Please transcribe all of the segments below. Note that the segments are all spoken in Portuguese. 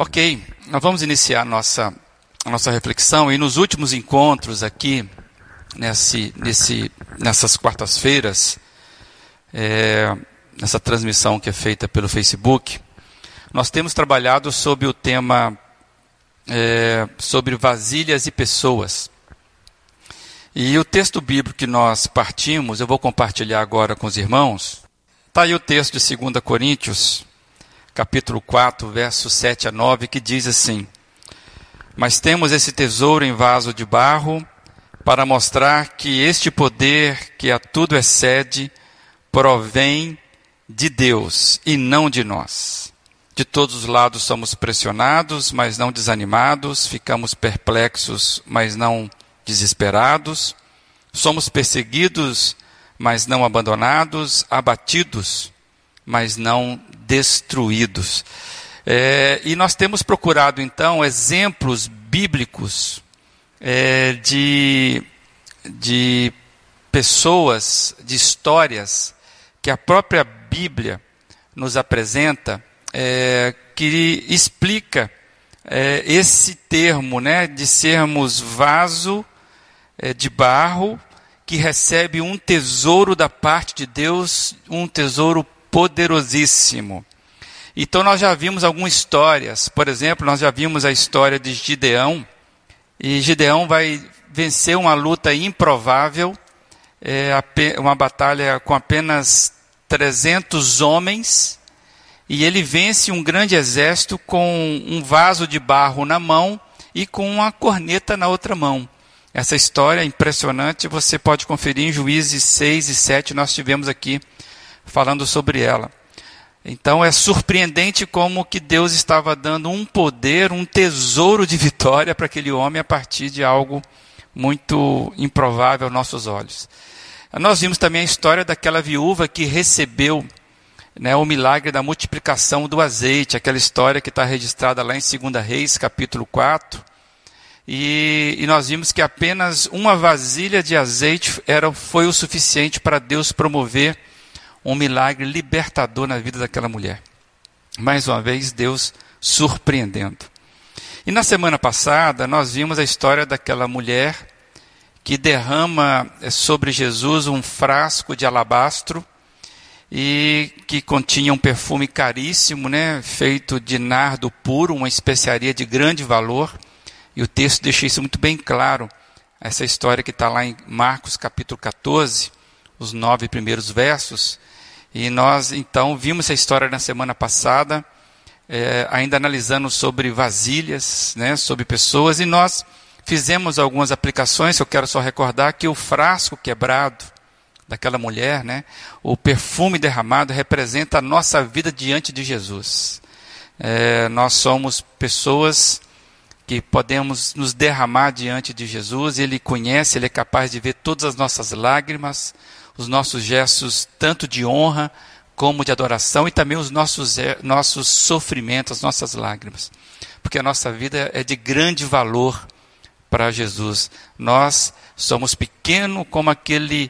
Ok, nós vamos iniciar a nossa reflexão e nos últimos encontros aqui, nessas quartas-feiras, nessa transmissão que é feita pelo Facebook, nós temos trabalhado sobre o tema sobre vasilhas e pessoas. E o texto bíblico que nós partimos, eu vou compartilhar agora com os irmãos. Está aí o texto de 2 Coríntios, capítulo 4, versos 7 a 9, que diz assim: Mas temos esse tesouro em vaso de barro, para mostrar que este poder que a tudo excede, provém de Deus e não de nós. De todos os lados somos pressionados, mas não desanimados, ficamos perplexos, mas não desesperados, somos perseguidos, mas não abandonados, abatidos, mas não destruídos. E nós temos procurado, então, exemplos bíblicos de pessoas, de histórias que a própria Bíblia nos apresenta, que explica esse termo, de sermos vaso de barro que recebe um tesouro da parte de Deus, um tesouro poderosíssimo. Então nós já vimos algumas histórias. Por exemplo, nós já vimos a história de Gideão. E Gideão vai vencer uma luta improvável, uma batalha com apenas 300 homens, e ele vence um grande exército com um vaso de barro na mão e com uma corneta na outra mão. Essa história é impressionante, você pode conferir em Juízes 6 e 7, nós estivemos aqui falando sobre ela. Então é surpreendente como que Deus estava dando um poder, um tesouro de vitória para aquele homem a partir de algo muito improvável aos nossos olhos. Nós vimos também a história daquela viúva que recebeu o milagre da multiplicação do azeite, aquela história que está registrada lá em 2 Reis, capítulo 4. E nós vimos que apenas uma vasilha de azeite foi o suficiente para Deus promover um milagre libertador na vida daquela mulher. Mais uma vez, Deus surpreendendo. E na semana passada, nós vimos a história daquela mulher que derrama sobre Jesus um frasco de alabastro e que continha um perfume caríssimo, feito de nardo puro, uma especiaria de grande valor. E o texto deixa isso muito bem claro. Essa história que está lá em Marcos capítulo 14, os 9 primeiros versos. E nós, então, vimos essa história na semana passada, ainda analisando sobre vasilhas, sobre pessoas, e nós fizemos algumas aplicações. Eu quero só recordar que o frasco quebrado daquela mulher, o perfume derramado, representa a nossa vida diante de Jesus. Nós somos pessoas que podemos nos derramar diante de Jesus. Ele conhece, Ele é capaz de ver todas as nossas lágrimas, os nossos gestos tanto de honra como de adoração, e também os nossos sofrimentos, as nossas lágrimas. Porque a nossa vida é de grande valor para Jesus. Nós somos pequenos como aquele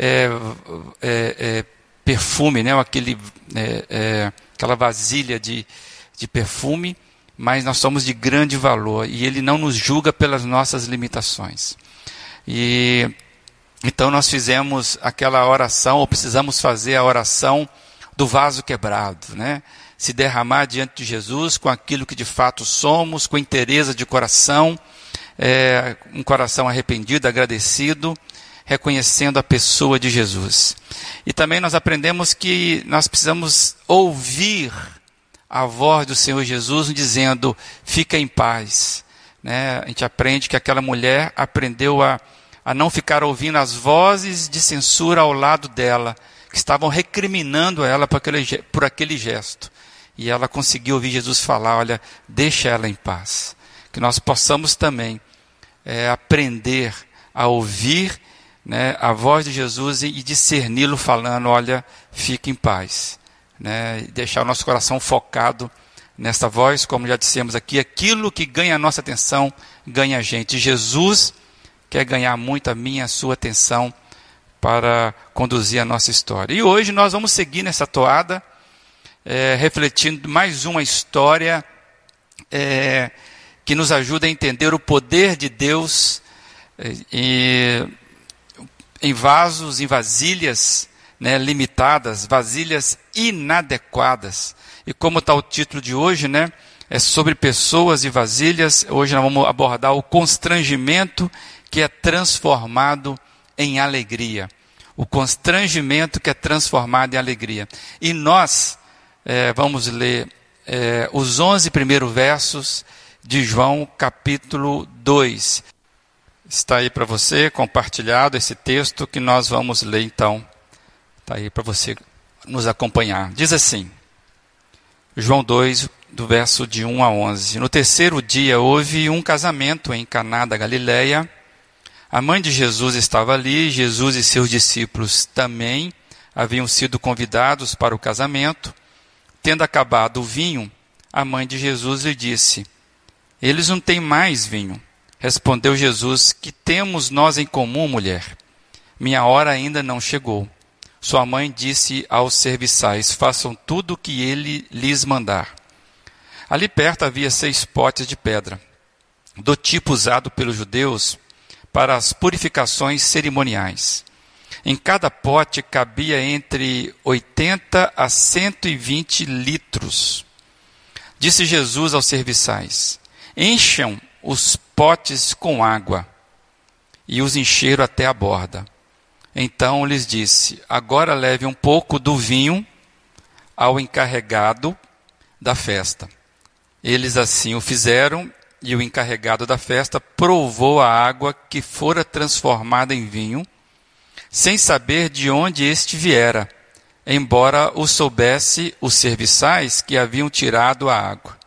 perfume, aquela vasilha de perfume, mas nós somos de grande valor, e Ele não nos julga pelas nossas limitações. E então nós fizemos aquela oração, ou precisamos fazer a oração do vaso quebrado, se derramar diante de Jesus com aquilo que de fato somos, com inteireza de coração, um coração arrependido, agradecido, reconhecendo a pessoa de Jesus. E também nós aprendemos que nós precisamos ouvir a voz do Senhor Jesus dizendo: fica em paz. A gente aprende que aquela mulher aprendeu a não ficar ouvindo as vozes de censura ao lado dela, que estavam recriminando ela por aquele gesto. E ela conseguiu ouvir Jesus falar: olha, deixa ela em paz. Que nós possamos também aprender a ouvir a voz de Jesus e discerni-lo falando: olha, fique em paz. E deixar o nosso coração focado nessa voz, como já dissemos aqui, aquilo que ganha a nossa atenção, ganha a gente. Jesus quer ganhar muito a minha e a sua atenção para conduzir a nossa história. E hoje nós vamos seguir nessa toada, refletindo mais uma história que nos ajuda a entender o poder de Deus em vasos, em vasilhas, né, limitadas, vasilhas inadequadas. E como está o título de hoje, né, é sobre pessoas e vasilhas. Hoje nós vamos abordar o constrangimento que é transformado em alegria. O constrangimento que é transformado em alegria. E nós vamos ler os 11 primeiros versos de João capítulo 2. Está aí para você, compartilhado esse texto que nós vamos ler então. Está aí para você nos acompanhar. Diz assim, João 2, do verso de 1 a 11. No terceiro dia houve um casamento em Caná da Galileia. A mãe de Jesus estava ali, Jesus e seus discípulos também haviam sido convidados para o casamento. Tendo acabado o vinho, a mãe de Jesus lhe disse, eles não têm mais vinho. Respondeu Jesus, que temos nós em comum, mulher? Minha hora ainda não chegou. Sua mãe disse aos serviçais, façam tudo o que ele lhes mandar. Ali perto havia 6 potes de pedra, do tipo usado pelos judeus para as purificações cerimoniais. Em cada pote cabia entre 80 a 120 litros. Disse Jesus aos serviçais, encham os potes com água. E os encheram até a borda. Então lhes disse, agora leve um pouco do vinho ao encarregado da festa. Eles assim o fizeram, e o encarregado da festa provou a água que fora transformada em vinho, sem saber de onde este viera, embora o soubesse os serviçais que haviam tirado a água.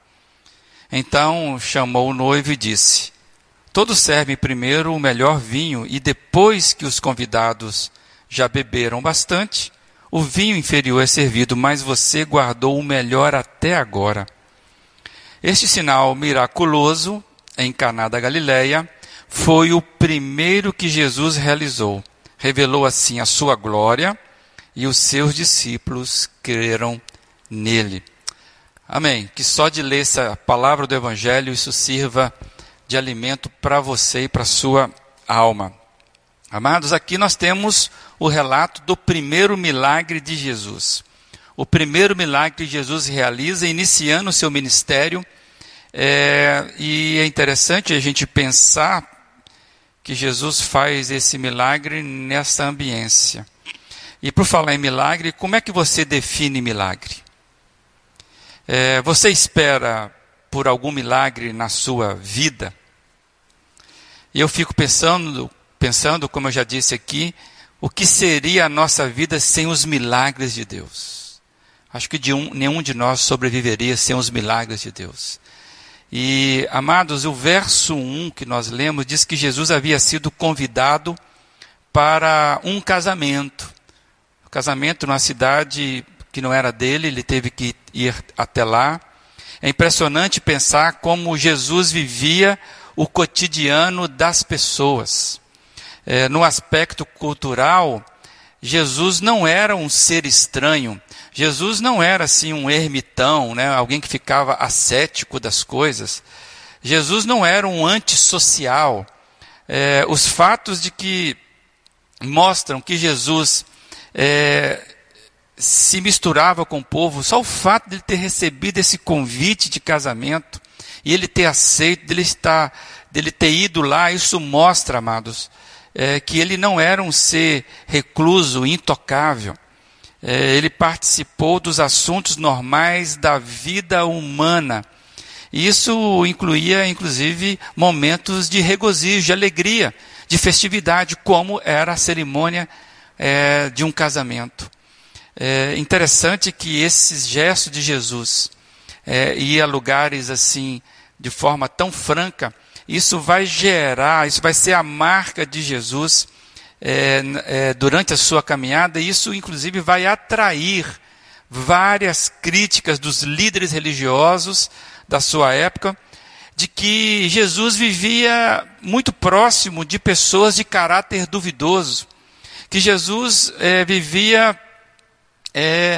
Então chamou o noivo e disse, todos servem primeiro o melhor vinho, e depois que os convidados já beberam bastante, o vinho inferior é servido, mas você guardou o melhor até agora. Este sinal miraculoso em Caná da Galileia foi o primeiro que Jesus realizou. Revelou assim a sua glória e os seus discípulos creram nele. Amém. Que só de ler essa palavra do Evangelho isso sirva de alimento para você e para a sua alma. Amados, aqui nós temos o relato do primeiro milagre de Jesus. O primeiro milagre que Jesus realiza, iniciando o seu ministério. E é interessante a gente pensar que Jesus faz esse milagre nessa ambiência. E por falar em milagre, como é que você define milagre? Você espera por algum milagre na sua vida? E eu fico pensando, como eu já disse aqui, o que seria a nossa vida sem os milagres de Deus? Acho que nenhum de nós sobreviveria sem os milagres de Deus. E, amados, o verso 1 que nós lemos diz que Jesus havia sido convidado para um casamento. Um casamento numa cidade que não era dele, ele teve que ir até lá. É impressionante pensar como Jesus vivia o cotidiano das pessoas. No aspecto cultural, Jesus não era um ser estranho. Jesus não era assim um ermitão, né? Alguém que ficava ascético das coisas. Jesus não era um antissocial. Os fatos de que mostram que Jesus se misturava com o povo, só o fato de ele ter recebido esse convite de casamento e ele ter aceito, dele ter ido lá, isso mostra, amados, que ele não era um ser recluso, intocável. Ele participou dos assuntos normais da vida humana. E isso incluía, inclusive, momentos de regozijo, de alegria, de festividade, como era a cerimônia de um casamento. É interessante que esses gestos de Jesus ir a lugares assim, de forma tão franca, isso vai ser a marca de Jesus durante a sua caminhada, e isso inclusive vai atrair várias críticas dos líderes religiosos da sua época, de que Jesus vivia muito próximo de pessoas de caráter duvidoso, que Jesus vivia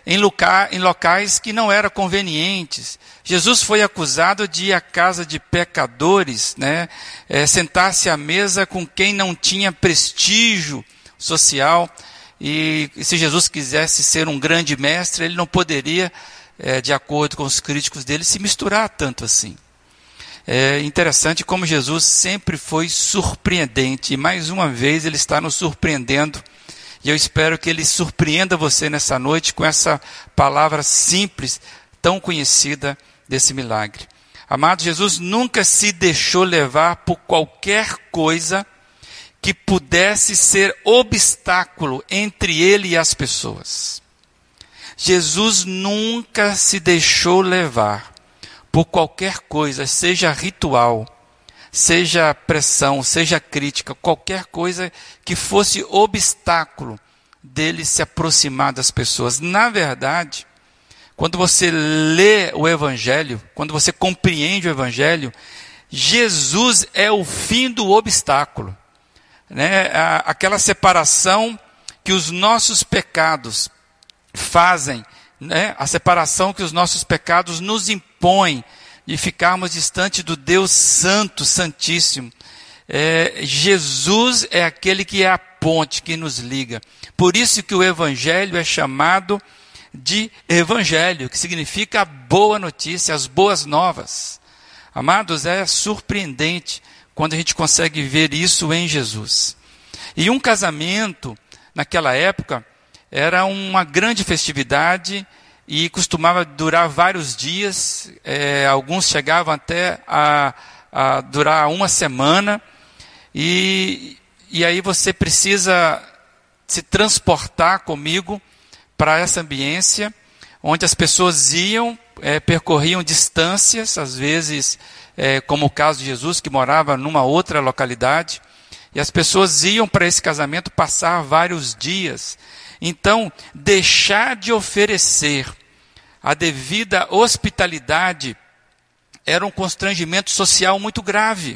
em locais que não eram convenientes. Jesus foi acusado de ir à casa de pecadores, né? Sentar-se à mesa com quem não tinha prestígio social. E se Jesus quisesse ser um grande mestre, ele não poderia, de acordo com os críticos dele, se misturar tanto assim. É interessante como Jesus sempre foi surpreendente, e mais uma vez ele está nos surpreendendo, e eu espero que ele surpreenda você nessa noite com essa palavra simples, tão conhecida desse milagre. Amado, Jesus nunca se deixou levar por qualquer coisa que pudesse ser obstáculo entre ele e as pessoas. Jesus nunca se deixou levar por qualquer coisa, seja ritual, seja pressão, seja crítica, qualquer coisa que fosse obstáculo dele se aproximar das pessoas. Na verdade, quando você lê o Evangelho, quando você compreende o Evangelho, Jesus é o fim do obstáculo, né? Aquela separação que os nossos pecados fazem, né? A separação que os nossos pecados nos impõem de ficarmos distante do Deus Santo, Santíssimo. Jesus é aquele que é a ponte que nos liga. Por isso que o Evangelho é chamado de Evangelho, que significa a boa notícia, as boas novas. Amados, é surpreendente quando a gente consegue ver isso em Jesus. E um casamento, naquela época, era uma grande festividade e costumava durar vários dias. Alguns chegavam até a durar uma semana. E aí você precisa se transportar comigo para essa ambiência, onde as pessoas iam, percorriam distâncias, às vezes, como o caso de Jesus, que morava numa outra localidade, e as pessoas iam para esse casamento passar vários dias. Então, deixar de oferecer a devida hospitalidade era um constrangimento social muito grave.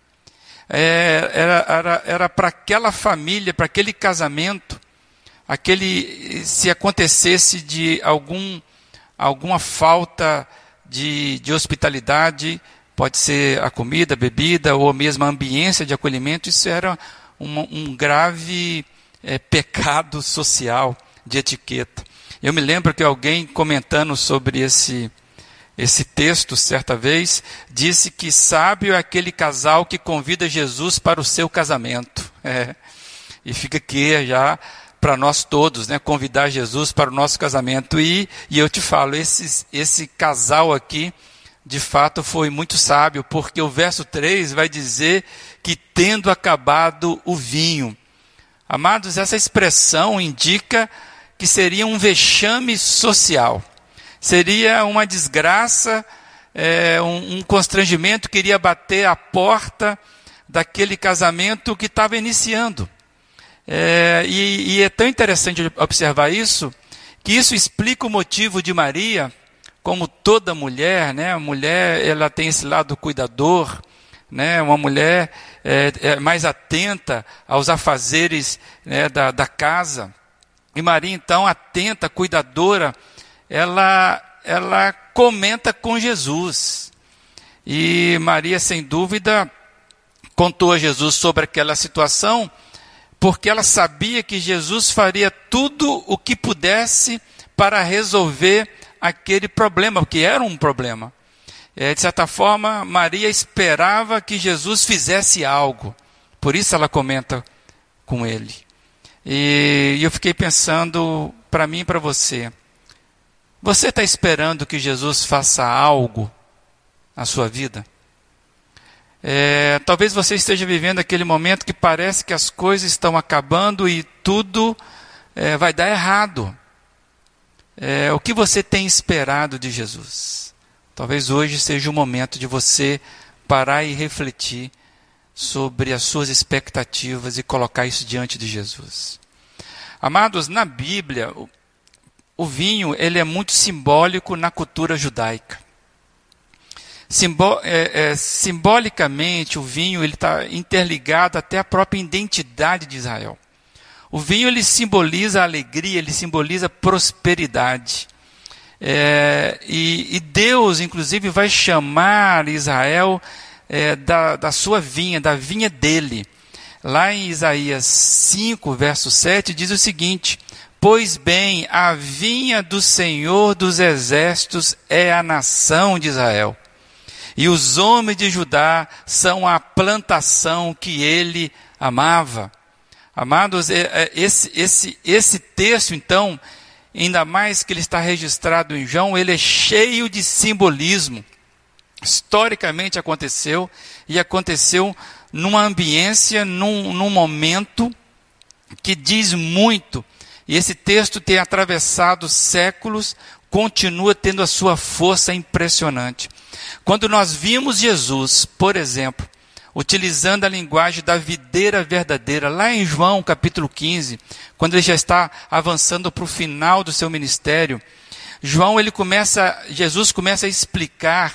Era para aquela família, para aquele casamento, se acontecesse de alguma falta de hospitalidade, pode ser a comida, a bebida, ou mesmo a ambiência de acolhimento, isso era um grave pecado social de etiqueta. Eu me lembro que alguém comentando sobre esse texto, certa vez, disse que sábio é aquele casal que convida Jesus para o seu casamento. E fica aqui já para nós todos, né, convidar Jesus para o nosso casamento. E eu te falo, esse casal aqui, de fato, foi muito sábio, porque o verso 3 vai dizer que tendo acabado o vinho. Amados, essa expressão indica que seria um vexame social. Seria uma desgraça, um constrangimento que iria bater à porta daquele casamento que estava iniciando. E é tão interessante observar isso, que isso explica o motivo de Maria, como toda mulher, né? A mulher, ela tem esse lado cuidador, né? Uma mulher mais atenta aos afazeres, né, da casa. E Maria, então, atenta, cuidadora, ela comenta com Jesus. E Maria, sem dúvida, contou a Jesus sobre aquela situação, porque ela sabia que Jesus faria tudo o que pudesse para resolver aquele problema, porque era um problema. De certa forma, Maria esperava que Jesus fizesse algo. Por isso ela comenta com ele. E eu fiquei pensando, para mim e para você, você está esperando que Jesus faça algo na sua vida? Talvez você esteja vivendo aquele momento que parece que as coisas estão acabando e tudo vai dar errado. O que você tem esperado de Jesus? Talvez hoje seja o momento de você parar e refletir sobre as suas expectativas e colocar isso diante de Jesus. Amados, na Bíblia, o vinho ele é muito simbólico na cultura judaica. Simbolicamente, o vinho está interligado até à própria identidade de Israel. O vinho, ele simboliza alegria, ele simboliza prosperidade. E Deus, inclusive, vai chamar Israel da sua vinha, da vinha dele. Lá em Isaías 5, verso 7, diz o seguinte: pois bem, a vinha do Senhor dos Exércitos é a nação de Israel, e os homens de Judá são a plantação que ele amava. Amados, esse texto, então, ainda mais que ele está registrado em João, ele é cheio de simbolismo. Historicamente aconteceu, e aconteceu numa ambiência, num momento que diz muito. E esse texto tem atravessado séculos, continua tendo a sua força impressionante. Quando nós vimos Jesus, por exemplo, utilizando a linguagem da videira verdadeira, lá em João capítulo 15, quando ele já está avançando para o final do seu ministério, Jesus começa a explicar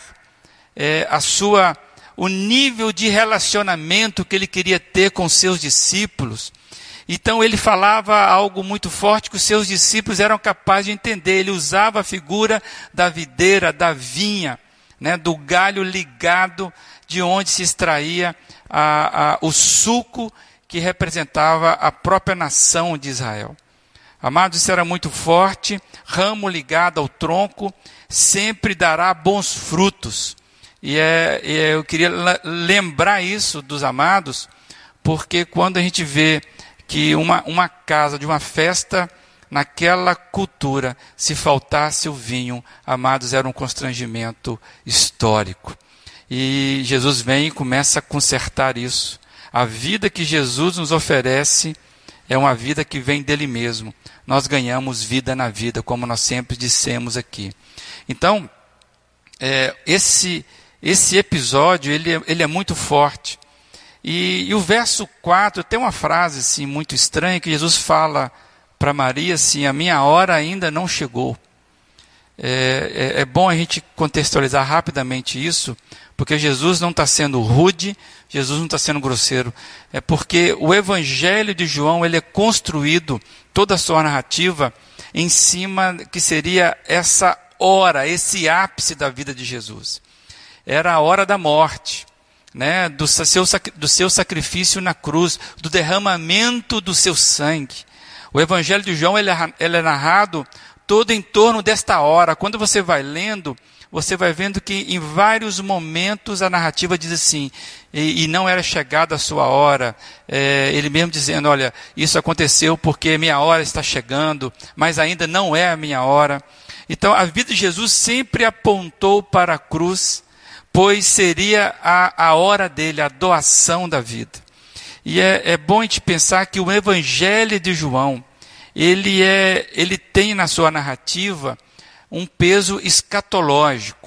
o nível de relacionamento que ele queria ter com seus discípulos. Então ele falava algo muito forte que os seus discípulos eram capazes de entender. Ele usava a figura da videira, da vinha, né, do galho ligado, de onde se extraía o suco que representava a própria nação de Israel. Amados, isso era muito forte. Ramo ligado ao tronco sempre dará bons frutos. E eu queria lembrar isso dos amados, porque quando a gente vê que uma casa de uma festa, naquela cultura, se faltasse o vinho, amados, era um constrangimento histórico. E Jesus vem e começa a consertar isso. A vida que Jesus nos oferece é uma vida que vem dele mesmo. Nós ganhamos vida na vida, como nós sempre dissemos aqui. Então, esse episódio, ele é muito forte. E o verso 4, tem uma frase assim, muito estranha, que Jesus fala para Maria assim: a minha hora ainda não chegou. É bom a gente contextualizar rapidamente isso, porque Jesus não está sendo rude, Jesus não está sendo grosseiro. É porque o Evangelho de João, ele é construído, toda a sua narrativa, em cima que seria essa hora, esse ápice da vida de Jesus. Era a hora da morte, né, do seu sacrifício na cruz, do derramamento do seu sangue. O Evangelho de João, ele é narrado todo em torno desta hora. Quando você vai lendo, você vai vendo que em vários momentos a narrativa diz assim: e não era chegada a sua hora. Ele mesmo dizendo: olha, isso aconteceu porque minha hora está chegando, mas ainda não é a minha hora. Então a vida de Jesus sempre apontou para a cruz, pois seria a hora dele, a doação da vida. E é bom a gente pensar que o Evangelho de João, ele tem na sua narrativa um peso escatológico.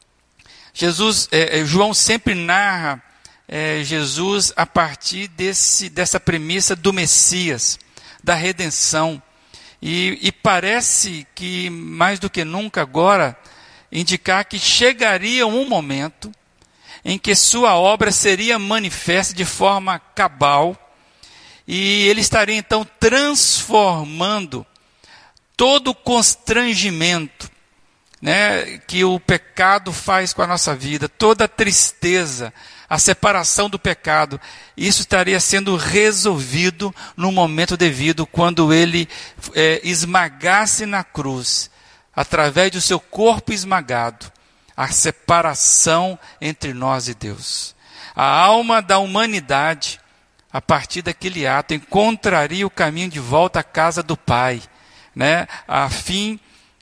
João sempre narra Jesus a partir dessa premissa do Messias, da redenção. E parece que, mais do que nunca agora, indicar que chegaria um momento em que sua obra seria manifesta de forma cabal, e ele estaria então transformando todo o constrangimento, né, que o pecado faz com a nossa vida, toda a tristeza, a separação do pecado. Isso estaria sendo resolvido no momento devido, quando ele esmagasse na cruz, através do seu corpo esmagado, a separação entre nós e Deus. A alma da humanidade, a partir daquele ato, encontraria o caminho de volta à casa do Pai, né, a fim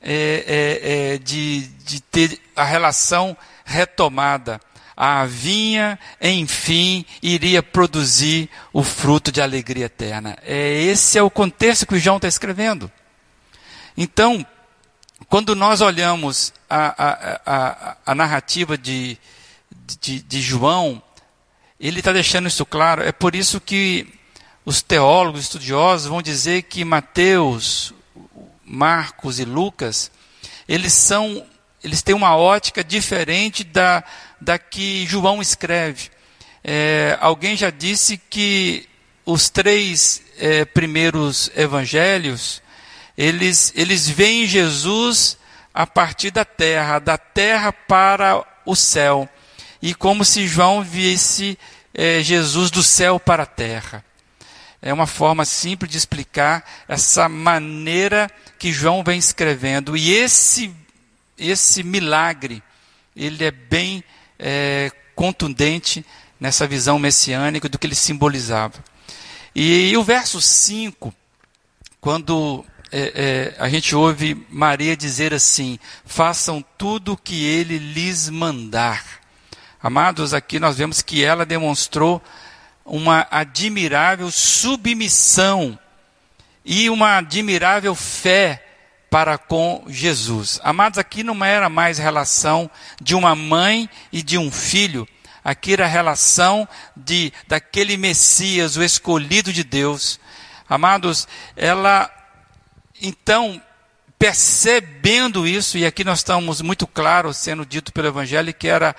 de ter a relação retomada. A vinha, enfim, iria produzir o fruto de alegria eterna. Esse é o contexto que o João está escrevendo. Então, quando nós olhamos a narrativa de João, ele está deixando isso claro. É por isso que os teólogos, estudiosos, vão dizer que Mateus, Marcos e Lucas, eles têm uma ótica diferente da que João escreve. Alguém já disse que os três primeiros evangelhos, eles veem Jesus a partir da terra para o céu. E como se João visse Jesus do céu para a terra. É uma forma simples de explicar essa maneira que João vem escrevendo. E esse milagre, ele é bem contundente nessa visão messiânica do que ele simbolizava. E o verso 5, quando a gente ouve Maria dizer assim: façam tudo o que ele lhes mandar. Amados, aqui nós vemos que ela demonstrou uma admirável submissão e uma admirável fé para com Jesus. Amados, aqui não era mais relação de uma mãe e de um filho. Aqui era a relação daquele Messias, o escolhido de Deus. Amados, ela, então, percebendo isso, e aqui nós estamos muito claros, sendo dito pelo Evangelho, que era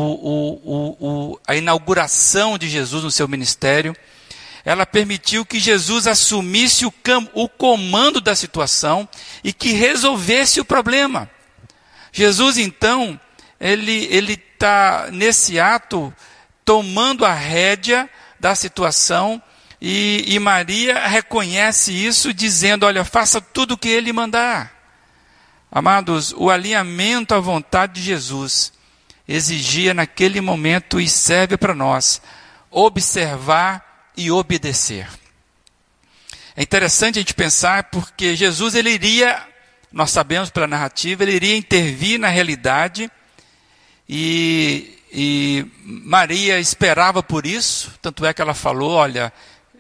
a inauguração de Jesus no seu ministério, ela permitiu que Jesus assumisse o comando da situação e que resolvesse o problema. Jesus, então, ele está nesse ato tomando a rédea da situação e Maria reconhece isso dizendo: olha, faça tudo o que ele mandar. Amados, o alinhamento à vontade de Jesus exigia naquele momento e serve para nós observar e obedecer. É interessante a gente pensar porque Jesus ele iria, nós sabemos pela narrativa, ele iria intervir na realidade e Maria esperava por isso, tanto é que ela falou: olha,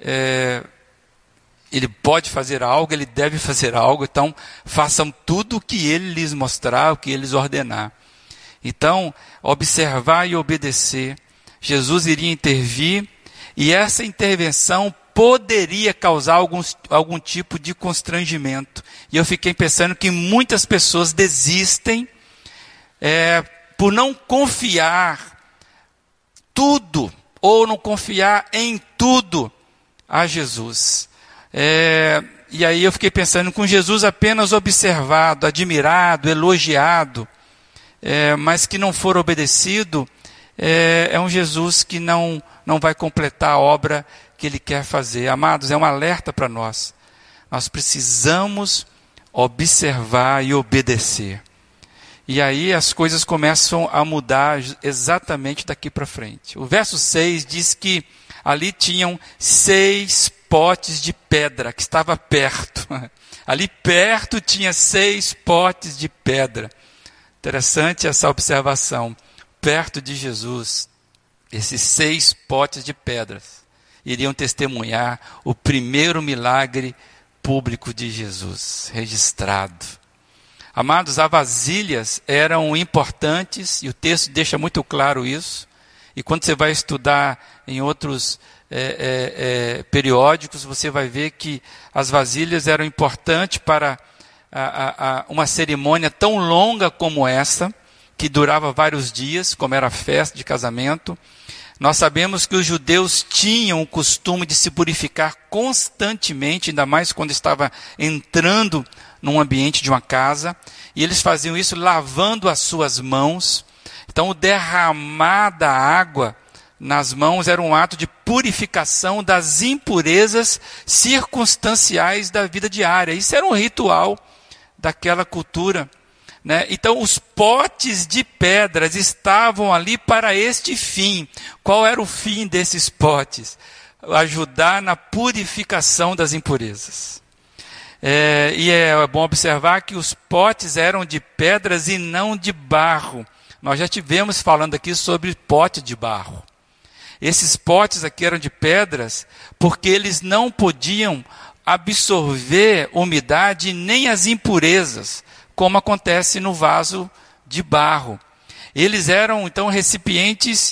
ele pode fazer algo, ele deve fazer algo, então façam tudo o que ele lhes mostrar, o que ele lhes ordenar. Então, observar e obedecer, Jesus iria intervir, e essa intervenção poderia causar algum tipo de constrangimento. E eu fiquei pensando que muitas pessoas desistem por não confiar tudo, ou não confiar em tudo a Jesus. E aí eu fiquei pensando, com Jesus apenas observado, admirado, elogiado, mas que não for obedecido, é um Jesus que não vai completar a obra que ele quer fazer. Amados, é um alerta para nós. Nós precisamos observar e obedecer. E aí as coisas começam a mudar exatamente daqui para frente. O verso 6 diz que ali tinham 6 potes de pedra, que estava perto. Ali perto tinha 6 potes de pedra. Interessante essa observação. Perto de Jesus, esses 6 potes de pedras iriam testemunhar o primeiro milagre público de Jesus, registrado. Amados, as vasilhas eram importantes, e o texto deixa muito claro isso. E quando você vai estudar em outros periódicos, você vai ver que as vasilhas eram importantes para uma cerimônia tão longa como essa, que durava vários dias, como era a festa de casamento. Nós sabemos que os judeus tinham o costume de se purificar constantemente, ainda mais quando estava entrando num ambiente de uma casa, e eles faziam isso lavando as suas mãos. Então o derramar da água nas mãos era um ato de purificação das impurezas circunstanciais da vida diária. Isso era um ritual daquela cultura. Então os potes de pedras estavam ali para este fim. Qual era o fim desses potes? Ajudar na purificação das impurezas. E é bom observar que os potes eram de pedras e não de barro. Nós já tivemos falando aqui sobre pote de barro. Esses potes aqui eram de pedras porque eles não podiam absorver umidade nem as impurezas, como acontece no vaso de barro. Eles eram, então, recipientes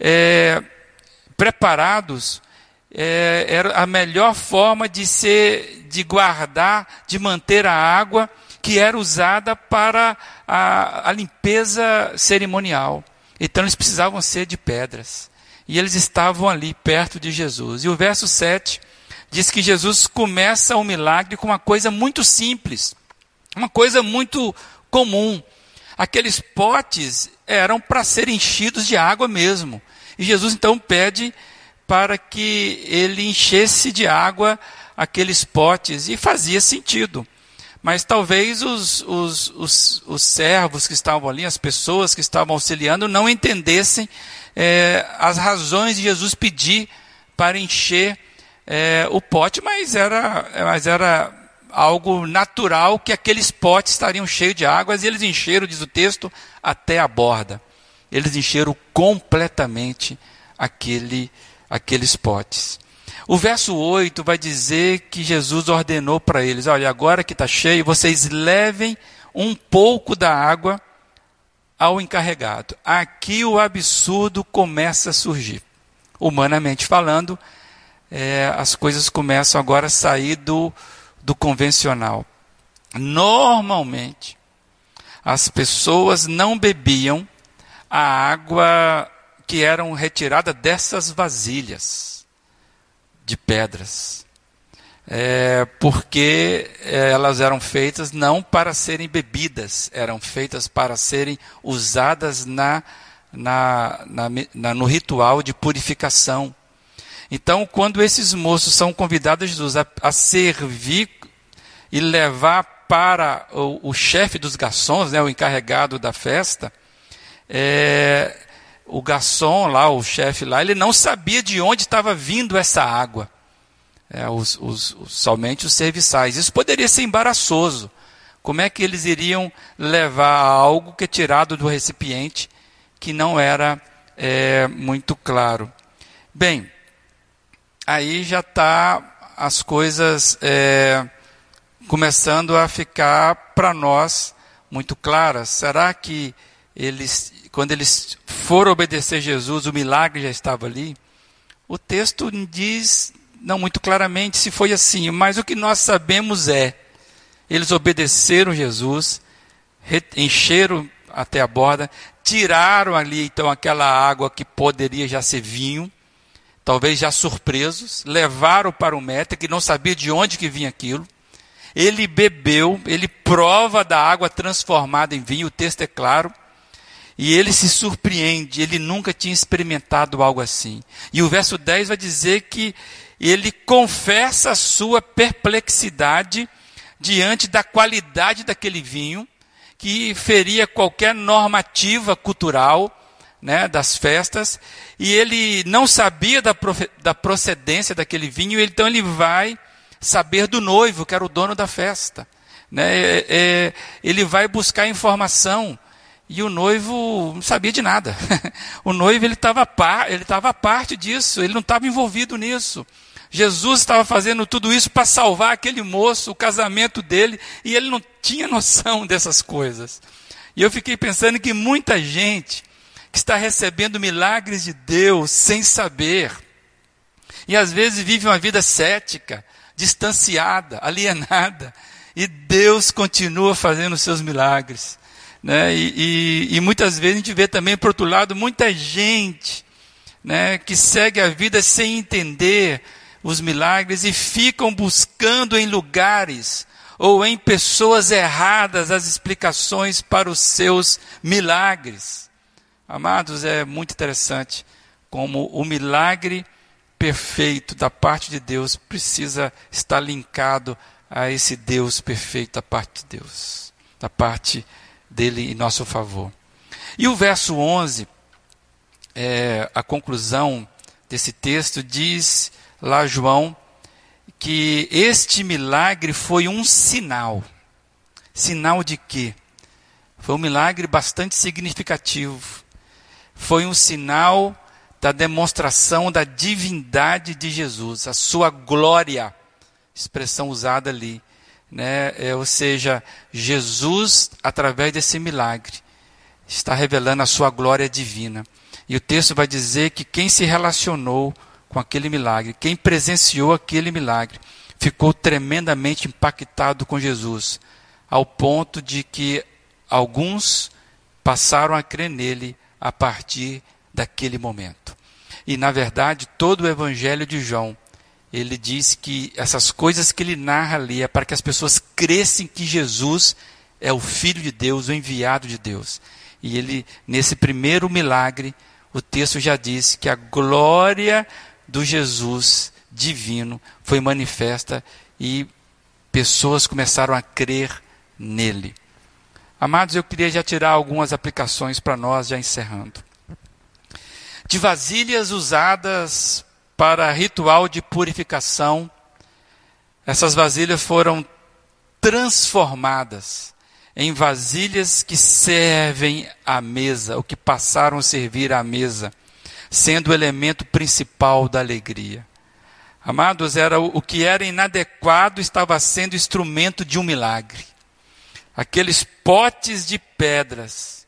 preparados, era a melhor forma de guardar, de manter a água que era usada para a limpeza cerimonial. Então, eles precisavam ser de pedras. E eles estavam ali, perto de Jesus. E o verso 7 diz que Jesus começa o milagre com uma coisa muito simples, uma coisa muito comum. Aqueles potes eram para serem enchidos de água mesmo. E Jesus então pede para que ele enchesse de água aqueles potes, e fazia sentido. Mas talvez os servos que estavam ali, as pessoas que estavam auxiliando, não entendessem as razões de Jesus pedir para encher o pote, mas era algo natural que aqueles potes estariam cheios de águas, e eles encheram, diz o texto, até a borda. Eles encheram completamente aqueles potes. O verso 8 vai dizer que Jesus ordenou para eles: olha, agora que está cheio, vocês levem um pouco da água ao encarregado. Aqui o absurdo começa a surgir. Humanamente falando, as coisas começam agora a sair do convencional. Normalmente, as pessoas não bebiam a água que eram retirada dessas vasilhas de pedras, porque elas eram feitas não para serem bebidas, eram feitas para serem usadas no ritual de purificação. Então, quando esses moços são convidados a Jesus a servir e levar para o chefe dos garçons, o encarregado da festa, o garçom lá, o chefe lá, ele não sabia de onde estava vindo essa água. Somente os serviçais. Isso poderia ser embaraçoso. Como é que eles iriam levar algo que é tirado do recipiente, que não era muito claro? Bem, aí já está as coisas começando a ficar para nós muito claras. Será que quando eles foram obedecer Jesus, o milagre já estava ali? O texto diz, não muito claramente, se foi assim, mas o que nós sabemos eles obedeceram Jesus, encheram até a borda, tiraram ali então aquela água que poderia já ser vinho, talvez já surpresos, levaram para o mestre, que não sabia de onde que vinha aquilo. Ele bebeu, ele prova da água transformada em vinho, o texto é claro, e ele se surpreende, ele nunca tinha experimentado algo assim. E o verso 10 vai dizer que ele confessa a sua perplexidade diante da qualidade daquele vinho, que feria qualquer normativa cultural, das festas, e ele não sabia da procedência daquele vinho, então ele vai saber do noivo, que era o dono da festa. Ele vai buscar informação, e o noivo não sabia de nada. O noivo ele estava à parte disso, ele não estava envolvido nisso. Jesus estava fazendo tudo isso para salvar aquele moço, o casamento dele, e ele não tinha noção dessas coisas. E eu fiquei pensando que muita gente que está recebendo milagres de Deus sem saber, e às vezes vive uma vida cética, distanciada, alienada, e Deus continua fazendo os seus milagres. E muitas vezes a gente vê também, por outro lado, muita gente que segue a vida sem entender os milagres e ficam buscando em lugares ou em pessoas erradas as explicações para os seus milagres. Amados, é muito interessante como o milagre perfeito da parte de Deus precisa estar linkado a esse Deus perfeito da parte de Deus, da parte dele em nosso favor. E o verso 11, a conclusão desse texto, diz lá João que este milagre foi um sinal. Sinal de quê? Foi um milagre bastante significativo. Foi um sinal da demonstração da divindade de Jesus, a sua glória, expressão usada ali. Ou seja, Jesus, através desse milagre, está revelando a sua glória divina. E o texto vai dizer que quem se relacionou com aquele milagre, quem presenciou aquele milagre, ficou tremendamente impactado com Jesus, ao ponto de que alguns passaram a crer nele a partir daquele momento. E, na verdade, todo o Evangelho de João, ele diz que essas coisas que ele narra ali é para que as pessoas cresçam que Jesus é o Filho de Deus, o enviado de Deus. E ele, nesse primeiro milagre, o texto já diz que a glória do Jesus divino foi manifesta e pessoas começaram a crer nele. Amados, eu queria já tirar algumas aplicações para nós, já encerrando. De vasilhas usadas para ritual de purificação, essas vasilhas foram transformadas em vasilhas que servem à mesa, ou que passaram a servir à mesa, sendo o elemento principal da alegria. Amados, o que era inadequado estava sendo instrumento de um milagre. Aqueles potes de pedras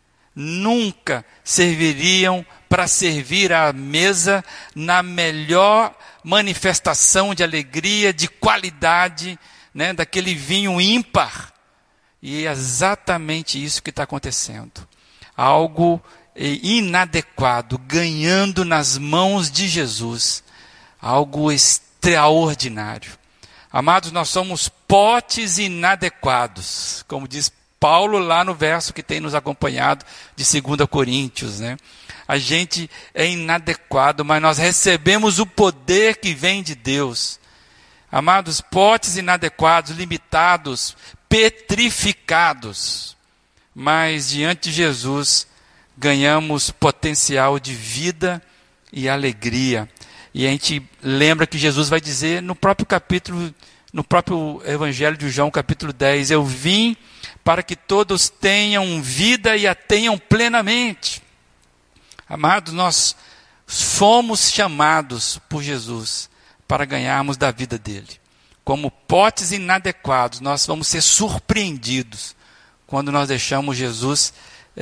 nunca serviriam para servir à mesa na melhor manifestação de alegria, de qualidade, né, daquele vinho ímpar. E é exatamente isso que está acontecendo. Algo inadequado, ganhando nas mãos de Jesus. Algo extraordinário. Amados, nós somos potes inadequados, como diz Paulo lá no verso que tem nos acompanhado de 2 Coríntios, né? A gente é inadequado, mas nós recebemos o poder que vem de Deus. Amados, potes inadequados, limitados, petrificados, mas diante de Jesus ganhamos potencial de vida e alegria. E a gente lembra que Jesus vai dizer no próprio capítulo, no próprio Evangelho de João, capítulo 10, eu vim para que todos tenham vida e a tenham plenamente. Amados, nós fomos chamados por Jesus para ganharmos da vida dele. Como potes inadequados, nós vamos ser surpreendidos quando nós deixamos Jesus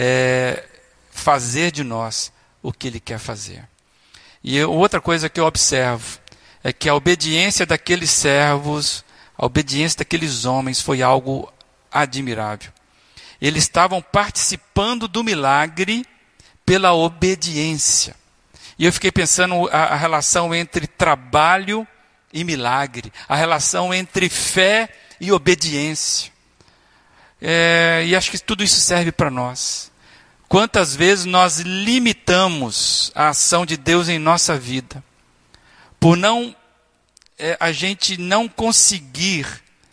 fazer de nós o que ele quer fazer. E outra coisa que eu observo é que a obediência daqueles servos, a obediência daqueles homens foi algo admirável. Eles estavam participando do milagre pela obediência. E eu fiquei pensando a relação entre trabalho e milagre, a relação entre fé e obediência. E acho que tudo isso serve para nós. Quantas vezes nós limitamos a ação de Deus em nossa vida, por a gente não conseguir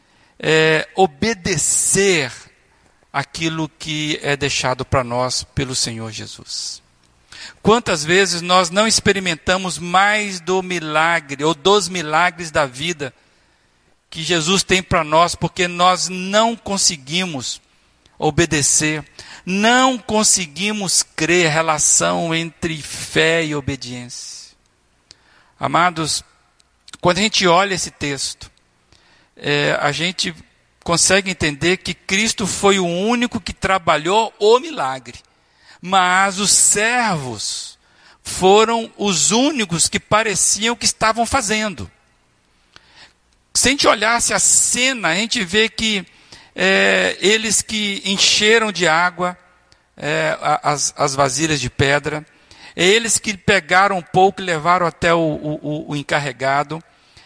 obedecer aquilo que é deixado para nós pelo Senhor Jesus. Quantas vezes nós não experimentamos mais do milagre, ou dos milagres da vida, que Jesus tem para nós, porque nós não conseguimos obedecer, não conseguimos crer, a relação entre fé e obediência. Amados, quando a gente olha esse texto, a gente consegue entender que Cristo foi o único que trabalhou o milagre, mas os servos foram os únicos que pareciam que estavam fazendo. Se a gente olhasse a cena, a gente vê que eles que encheram de água as vasilhas de pedra, eles que pegaram um pouco e levaram até o encarregado.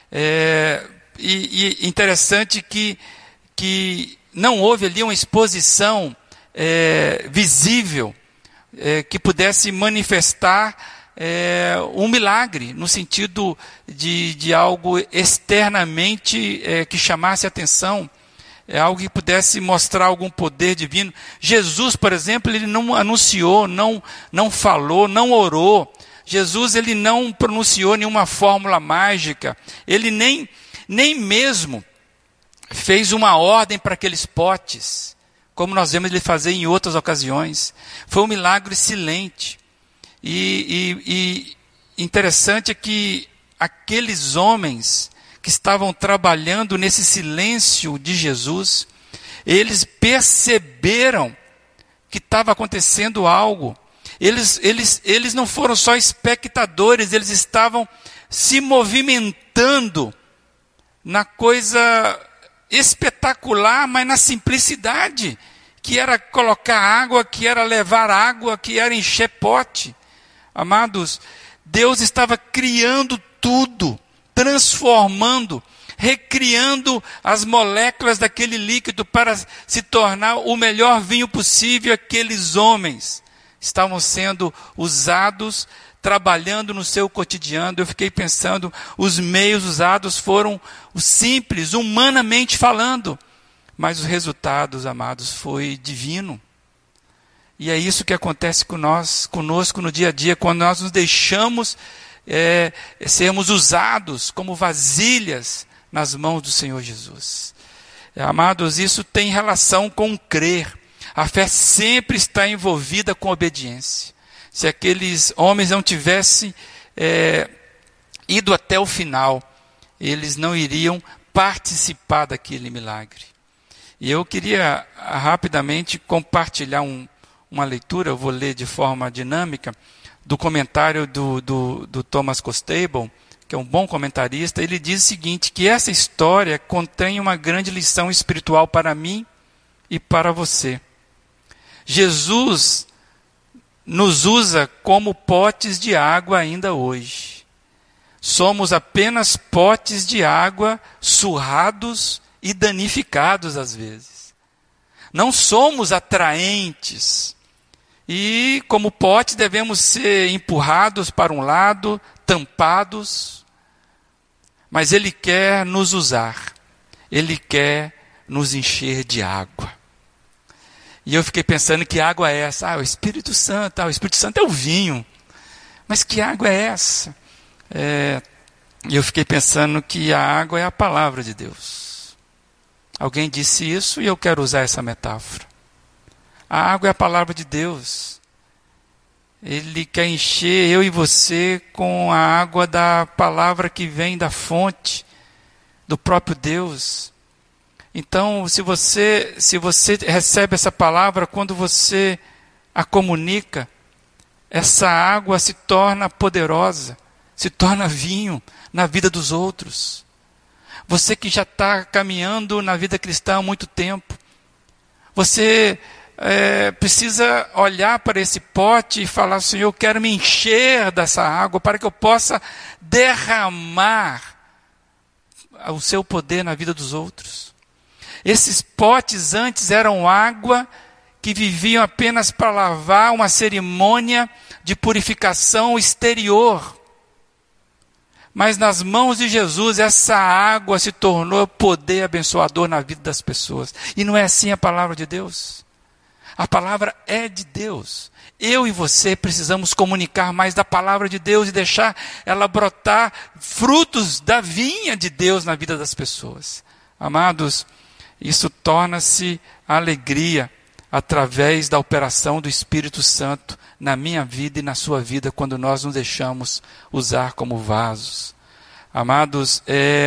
E interessante que não houve ali uma exposição visível que pudesse manifestar um milagre, no sentido de algo externamente que chamasse atenção. Algo que pudesse mostrar algum poder divino. Jesus, por exemplo, ele não anunciou, não falou, não orou. Jesus, ele não pronunciou nenhuma fórmula mágica. Ele nem mesmo fez uma ordem para aqueles potes, como nós vemos ele fazer em outras ocasiões. Foi um milagre silente. E interessante é que aqueles homens que estavam trabalhando nesse silêncio de Jesus, eles perceberam que estava acontecendo algo. Eles não foram só espectadores, eles estavam se movimentando na coisa espetacular, mas na simplicidade, que era colocar água, que era levar água, que era encher pote. Amados, Deus estava criando tudo, transformando, recriando as moléculas daquele líquido para se tornar o melhor vinho possível. Aqueles homens estavam sendo usados, trabalhando no seu cotidiano. Eu fiquei pensando, os meios usados foram os simples, humanamente falando, mas os resultados, amados, foi divino. E é isso que acontece conosco no dia a dia, quando nós nos deixamos sermos usados como vasilhas nas mãos do Senhor Jesus. Amados, isso tem relação com crer. A fé sempre está envolvida com obediência. Se aqueles homens não tivessem ido até o final, eles não iriam participar daquele milagre. E eu queria rapidamente compartilhar uma leitura, eu vou ler de forma dinâmica, do comentário do Thomas Costable, que é um bom comentarista. Ele diz o seguinte, que essa história contém uma grande lição espiritual para mim e para você. Jesus nos usa como potes de água ainda hoje. Somos apenas potes de água surrados e danificados às vezes. Não somos atraentes. E, como pote, devemos ser empurrados para um lado, tampados. Mas Ele quer nos usar. Ele quer nos encher de água. E eu fiquei pensando, que água é essa? O Espírito Santo. O Espírito Santo é o vinho. Mas que água é essa? E eu fiquei pensando que a água é a palavra de Deus. Alguém disse isso e eu quero usar essa metáfora. A água é a palavra de Deus. Ele quer encher eu e você com a água da palavra que vem da fonte, do próprio Deus. Então, se você recebe essa palavra, quando você a comunica, essa água se torna poderosa, se torna vinho na vida dos outros. Você que já está caminhando na vida cristã há muito tempo, você precisa olhar para esse pote e falar, Senhor, eu quero me encher dessa água para que eu possa derramar o seu poder na vida dos outros. Esses potes antes eram água que viviam apenas para lavar, uma cerimônia de purificação exterior. Mas nas mãos de Jesus, essa água se tornou poder abençoador na vida das pessoas. E não é assim a palavra de Deus. A palavra é de Deus. Eu e você precisamos comunicar mais da palavra de Deus e deixar ela brotar frutos da vinha de Deus na vida das pessoas. Amados, isso torna-se alegria através da operação do Espírito Santo na minha vida e na sua vida, quando nós nos deixamos usar como vasos. Amados,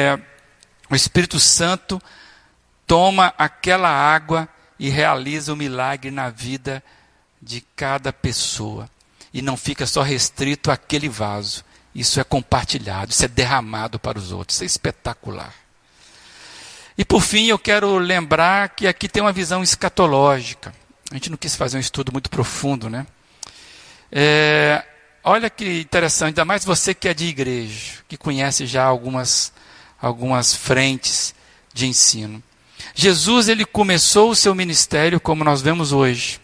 o Espírito Santo toma aquela água e realiza o milagre na vida de cada pessoa. E não fica só restrito àquele vaso. Isso é compartilhado, isso é derramado para os outros. Isso é espetacular. E por fim, eu quero lembrar que aqui tem uma visão escatológica. A gente não quis fazer um estudo muito profundo, né? Olha que interessante, ainda mais você que é de igreja, que conhece já algumas frentes de ensino. Jesus, ele começou o seu ministério, como nós vemos hoje,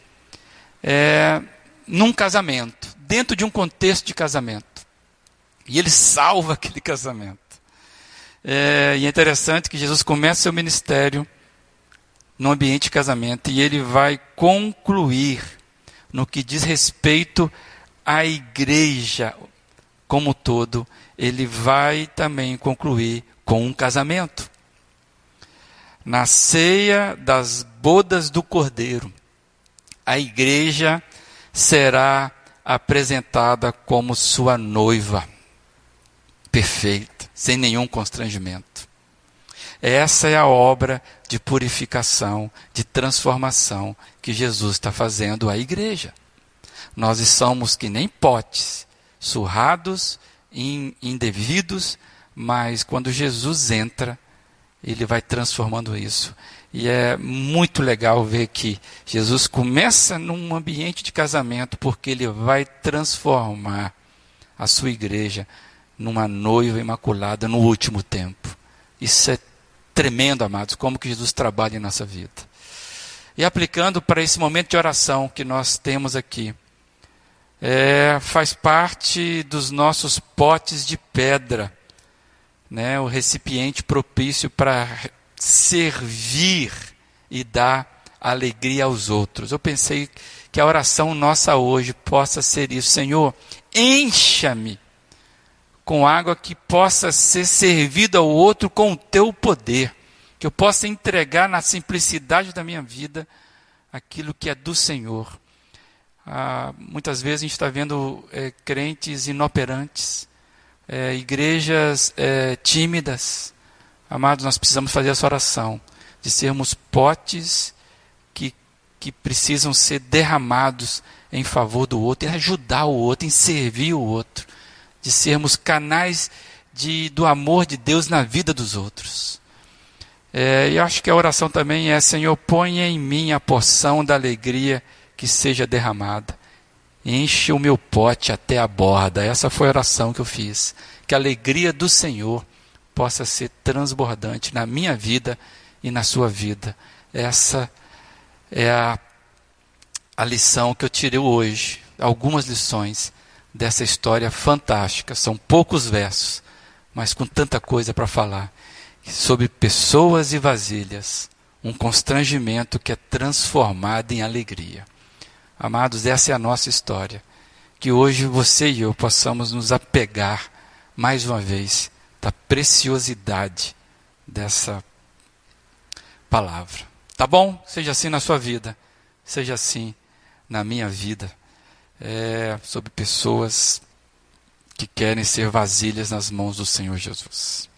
num casamento, dentro de um contexto de casamento. E ele salva aquele casamento. E é interessante que Jesus começa seu ministério no ambiente de casamento, e ele vai concluir no que diz respeito à igreja como todo, ele vai também concluir com um casamento. Na ceia das bodas do Cordeiro, a igreja será apresentada como sua noiva, perfeita, sem nenhum constrangimento. Essa é a obra de purificação, de transformação que Jesus está fazendo à igreja. Nós somos que nem potes, surrados, indevidos, mas quando Jesus entra, ele vai transformando isso. E é muito legal ver que Jesus começa num ambiente de casamento, porque ele vai transformar a sua igreja numa noiva imaculada no último tempo. Isso é tremendo, amados, como que Jesus trabalha em nossa vida. E aplicando para esse momento de oração que nós temos aqui, faz parte dos nossos potes de pedra, né, o recipiente propício para servir e dar alegria aos outros. Eu pensei que a oração nossa hoje possa ser isso: Senhor, encha-me com água que possa ser servida ao outro com o teu poder, que eu possa entregar na simplicidade da minha vida aquilo que é do Senhor. Muitas vezes a gente está vendo crentes inoperantes, igrejas tímidas. Amados, nós precisamos fazer essa oração, de sermos potes que precisam ser derramados em favor do outro, em ajudar o outro, em servir o outro, de sermos canais do amor de Deus na vida dos outros. E acho que a oração também é: Senhor, ponha em mim a porção da alegria que seja derramada. Enche o meu pote até a borda. Essa foi a oração que eu fiz. Que a alegria do Senhor possa ser transbordante na minha vida e na sua vida. Essa é a lição que eu tirei hoje. Algumas lições dessa história fantástica. São poucos versos, mas com tanta coisa para falar. Sobre pessoas e vasilhas. Um constrangimento que é transformado em alegria. Amados, essa é a nossa história. Que hoje você e eu possamos nos apegar, mais uma vez, da preciosidade dessa palavra. Tá bom? Seja assim na sua vida. Seja assim na minha vida. Sobre pessoas que querem ser vasilhas nas mãos do Senhor Jesus.